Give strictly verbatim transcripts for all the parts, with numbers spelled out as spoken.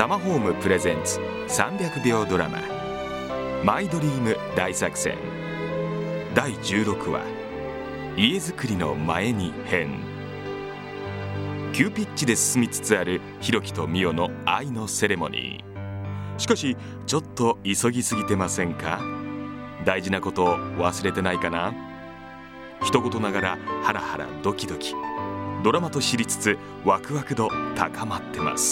タマホームプレゼンツさんびゃくびょうドラママイドリーム大作戦だいじゅうろくわ家づくりの前に編。急ピッチで進みつつあるひろきとみおの愛のセレモニー。しかしちょっと急ぎすぎてませんか？大事なことを忘れてないかな？一言ながらハラハラドキドキ、ドラマと知りつつワクワク度高まってます。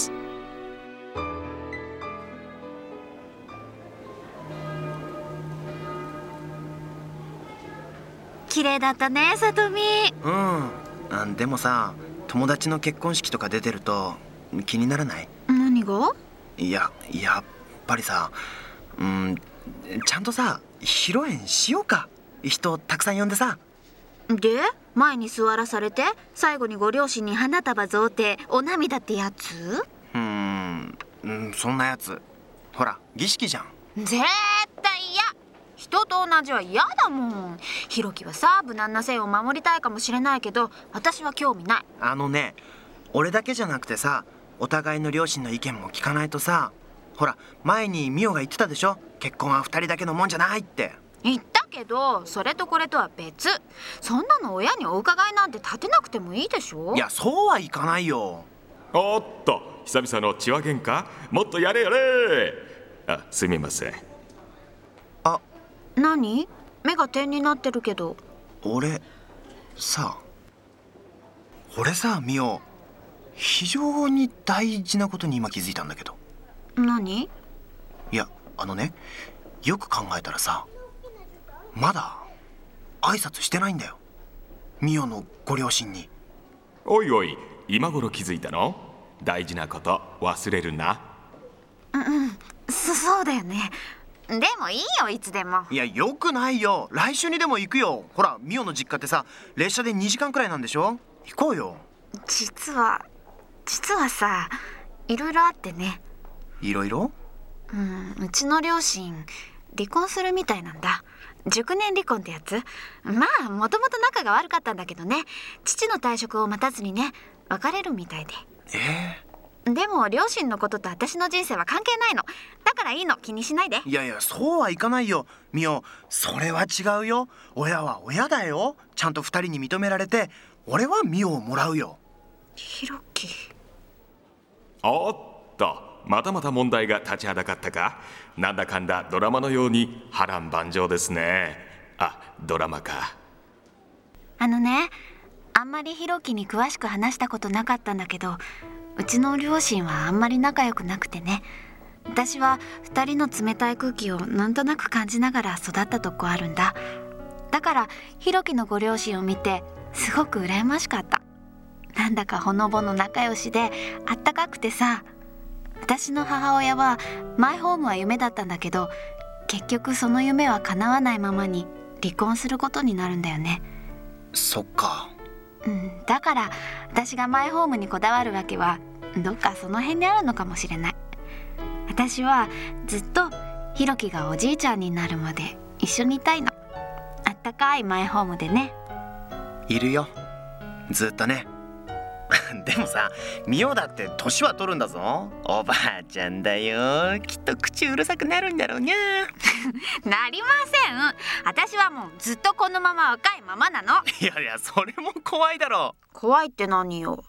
綺麗だったね、さとみ。 うん、あでもさ、友達の結婚式とか出てると気にならない？ 何が？ いや、やっぱりさ、うん、ちゃんとさ、披露宴しようか。人たくさん呼んでさ。 で、前に座らされて最後にご両親に花束贈呈、お涙ってやつ？ うーん、うん、そんなやつほら儀式じゃん。 絶対嫌。人と同じは嫌だもん。ひろきはさ、無難な線を守りたいかもしれないけど、私は興味ない。 あのね、俺だけじゃなくてさ、お互いの両親の意見も聞かないとさ。ほら、前にミオが言ってたでしょ、結婚は二人だけのもんじゃないって。 言ったけど、それとこれとは別。そんなの親にお伺いなんて立てなくてもいいでしょ。 いや、そうはいかないよ。 おっと、久々の血は喧嘩、もっとやれやれ。あ、すみません。 あ、 何？目が点になってるけど。 俺さ俺さミオ、非常に大事なことに今気づいたんだけど。 何？ いや、あのね、よく考えたらさ、まだ挨拶してないんだよ、ミオのご両親に。 おいおい、今頃気づいたの？大事なこと忘れるな。 うんうん、そ、そうだよね。でもいいよ、いつでも。 いや、よくないよ。来週にでも行くよ。ほら、ミオの実家ってさ、列車でにじかんくらいなんでしょ。行こうよ。 実は実はさ、いろいろあってね。 いろいろ？ うん、うちの両親離婚するみたいなんだ。熟年離婚ってやつ。まあ、もともと仲が悪かったんだけどね、父の退職を待たずにね、別れるみたいで。 えー、 でも両親のことと私の人生は関係ないの。だからいいの、気にしないで。 いやいや、そうはいかないよミオ。それは違うよ。親は親だよ。ちゃんと二人に認められて、俺はミオをもらうよ。 ひろき。 おっと、またまた問題が立ちはだかったか。なんだかんだドラマのように波乱万丈ですね。あ、ドラマか。 あのね、あんまりひろきに詳しく話したことなかったんだけど、うちの両親はあんまり仲良くなくてね。私は二人の冷たい空気をなんとなく感じながら育ったとこあるんだ。だからひろきのご両親を見てすごく羨ましかった。なんだかほのぼの仲良しであったかくてさ。私の母親はマイホームは夢だったんだけど、結局その夢は叶わないままに離婚することになるんだよね。 そっか。 うん、だから私がマイホームにこだわるわけはどっかその辺にあるのかもしれない。私はずっとひろきがおじいちゃんになるまで一緒にいたいの。あったかいマイホームでね。 いるよ、ずっとね。でもさ、ミオだって年は取るんだぞ。おばあちゃんだよ。きっと口うるさくなるんだろうにゃ。 なりません。私はもうずっとこのまま若いままなの。 いやいや、それも怖いだろ。 怖いって何よ。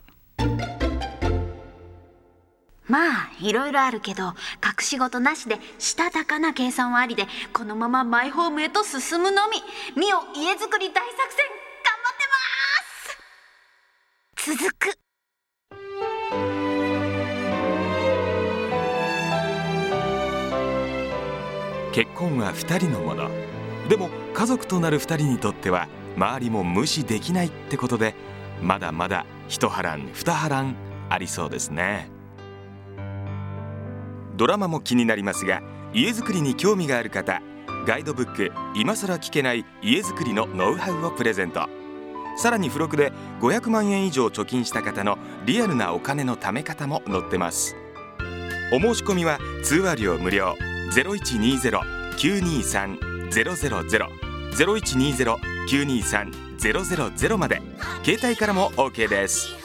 まあいろいろあるけど、隠し事なしでしたたかな計算はありで、このままマイホームへと進むのみ。ミオ家づくり大作戦、頑張ってます。続く。 結婚はふたりのもの。でも家族となるふたりにとっては周りも無視できないってことで、まだまだ一波乱二波乱ありそうですね。ドラマも気になりますが、家づくりに興味がある方、ガイドブック今更聞けない家づくりのノウハウをプレゼント。さらに付録でごひゃくまんえん以上貯金した方のリアルなお金の貯め方も載ってます。お申し込みは通話料無料。ゼロいちにゼロ きゅうにさん ゼロゼロゼロ ゼロいちにゼロ きゅうにさん ゼロゼロゼロまで。携帯からも OK です。